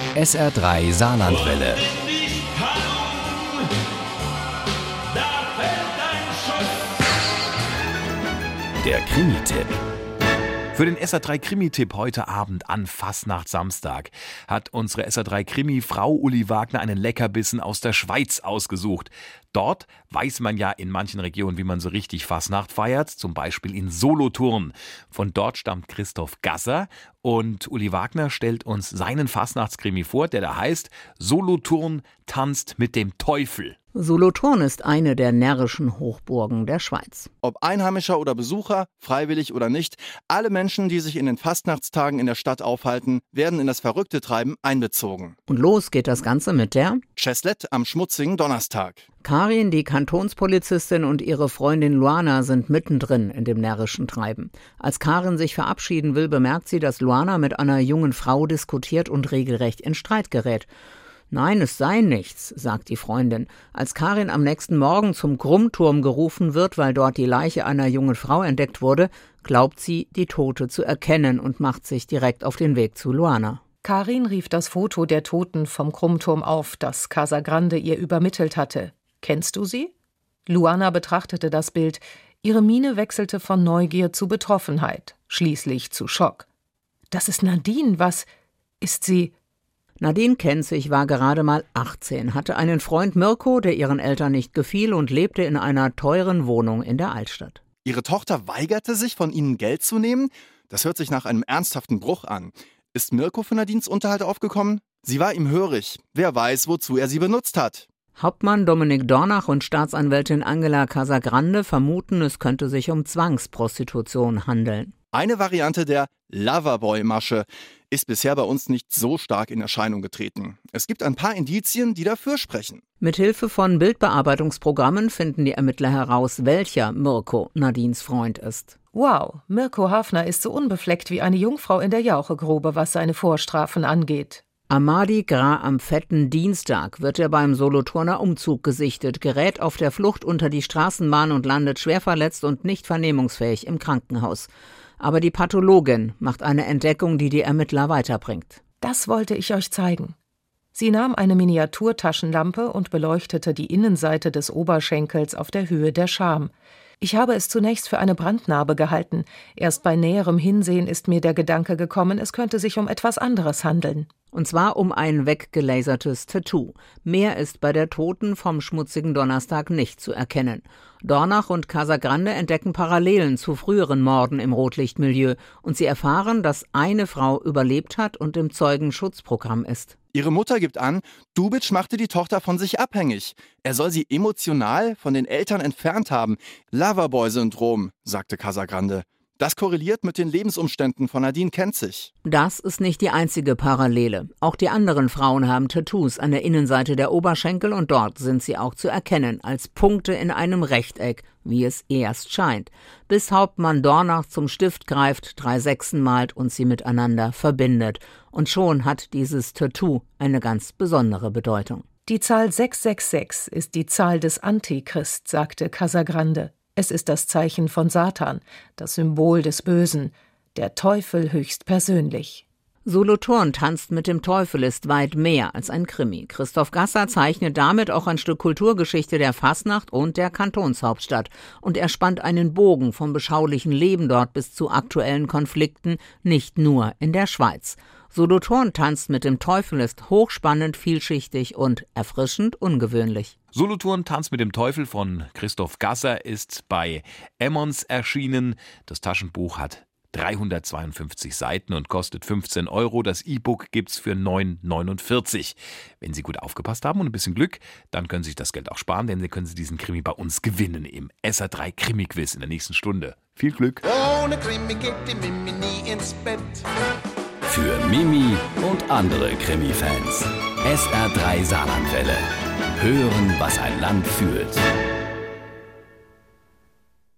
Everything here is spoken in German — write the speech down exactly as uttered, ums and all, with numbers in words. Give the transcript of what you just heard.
S R drei Saarlandwelle. Der Krimi-Tipp. Für den S R drei Krimi-Tipp heute Abend an Fastnachtssamstag hat unsere S R drei Krimi-Frau Uli Wagner einen Leckerbissen aus der Schweiz ausgesucht. Dort weiß man ja in manchen Regionen, wie man so richtig Fastnacht feiert, zum Beispiel in Solothurn. Von dort stammt Christoph Gasser und Uli Wagner stellt uns seinen Fastnachtskrimi vor, der da heißt Solothurn tanzt mit dem Teufel. Solothurn ist eine der närrischen Hochburgen der Schweiz. Ob Einheimischer oder Besucher, freiwillig oder nicht, alle Menschen, die sich in den Fastnachtstagen in der Stadt aufhalten, werden in das verrückte Treiben einbezogen. Und los geht das Ganze mit der Cheslet am schmutzigen Donnerstag. Karin, die Kantonspolizistin, und ihre Freundin Luana sind mittendrin in dem närrischen Treiben. Als Karin sich verabschieden will, bemerkt sie, dass Luana mit einer jungen Frau diskutiert und regelrecht in Streit gerät. Nein, es sei nichts, sagt die Freundin. Als Karin am nächsten Morgen zum Krummturm gerufen wird, weil dort die Leiche einer jungen Frau entdeckt wurde, glaubt sie, die Tote zu erkennen und macht sich direkt auf den Weg zu Luana. Karin rief das Foto der Toten vom Krummturm auf, das Casagrande ihr übermittelt hatte. Kennst du sie? Luana betrachtete das Bild. Ihre Miene wechselte von Neugier zu Betroffenheit, schließlich zu Schock. Das ist Nadine, was ist sie? Nadine Kenzig war gerade mal achtzehn, hatte einen Freund Mirko, der ihren Eltern nicht gefiel, und lebte in einer teuren Wohnung in der Altstadt. Ihre Tochter weigerte sich, von ihnen Geld zu nehmen? Das hört sich nach einem ernsthaften Bruch an. Ist Mirko für Nadines Unterhalt aufgekommen? Sie war ihm hörig. Wer weiß, wozu er sie benutzt hat. Hauptmann Dominik Dornach und Staatsanwältin Angela Casagrande vermuten, es könnte sich um Zwangsprostitution handeln. Eine Variante der Loverboy-Masche ist bisher bei uns nicht so stark in Erscheinung getreten. Es gibt ein paar Indizien, die dafür sprechen. Mithilfe von Bildbearbeitungsprogrammen finden die Ermittler heraus, welcher Mirko Nadines Freund ist. Wow, Mirko Hafner ist so unbefleckt wie eine Jungfrau in der Jauchegrube, was seine Vorstrafen angeht. Am Mardi Gras am fetten Dienstag wird er beim Solothurner Umzug gesichtet, gerät auf der Flucht unter die Straßenbahn und landet schwer verletzt und nicht vernehmungsfähig im Krankenhaus. Aber die Pathologin macht eine Entdeckung, die die Ermittler weiterbringt. Das wollte ich euch zeigen. Sie nahm eine Miniaturtaschenlampe und beleuchtete die Innenseite des Oberschenkels auf der Höhe der Scham. Ich habe es zunächst für eine Brandnarbe gehalten. Erst bei näherem Hinsehen ist mir der Gedanke gekommen, es könnte sich um etwas anderes handeln. Und zwar um ein weggelasertes Tattoo. Mehr ist bei der Toten vom schmutzigen Donnerstag nicht zu erkennen. Dornach und Casagrande entdecken Parallelen zu früheren Morden im Rotlichtmilieu und sie erfahren, dass eine Frau überlebt hat und im Zeugenschutzprogramm ist. Ihre Mutter gibt an, Dubitsch machte die Tochter von sich abhängig. Er soll sie emotional von den Eltern entfernt haben. Loverboy-Syndrom, sagte Casagrande. Das korreliert mit den Lebensumständen von Nadine Kenzig. Das ist nicht die einzige Parallele. Auch die anderen Frauen haben Tattoos an der Innenseite der Oberschenkel und dort sind sie auch zu erkennen, als Punkte in einem Rechteck, wie es erst scheint. Bis Hauptmann Dornach zum Stift greift, drei Sechsen malt und sie miteinander verbindet. Und schon hat dieses Tattoo eine ganz besondere Bedeutung. Die Zahl sechs sechs sechs ist die Zahl des Antichrist, sagte Casagrande. Es ist das Zeichen von Satan, das Symbol des Bösen, der Teufel höchstpersönlich. Solothurn tanzt mit dem Teufel ist weit mehr als ein Krimi. Christoph Gasser zeichnet damit auch ein Stück Kulturgeschichte der Fastnacht und der Kantonshauptstadt. Und er spannt einen Bogen vom beschaulichen Leben dort bis zu aktuellen Konflikten, nicht nur in der Schweiz. Solothurn tanzt mit dem Teufel ist hochspannend, vielschichtig und erfrischend ungewöhnlich. Solothurn tanzt mit dem Teufel von Christoph Gasser ist bei Emmons erschienen. Das Taschenbuch hat dreihundertzweiundfünfzig Seiten und kostet fünfzehn Euro. Das E-Book gibt's für neun neunundvierzig. Wenn Sie gut aufgepasst haben und ein bisschen Glück, dann können Sie sich das Geld auch sparen, denn Sie können Sie diesen Krimi bei uns gewinnen im S R drei Krimi-Quiz in der nächsten Stunde. Viel Glück! Ohne Krimi geht die Mimi nie ins Bett. Für Mimi und andere Krimi-Fans. S R drei Saarlandwelle. Hören, was ein Land fühlt.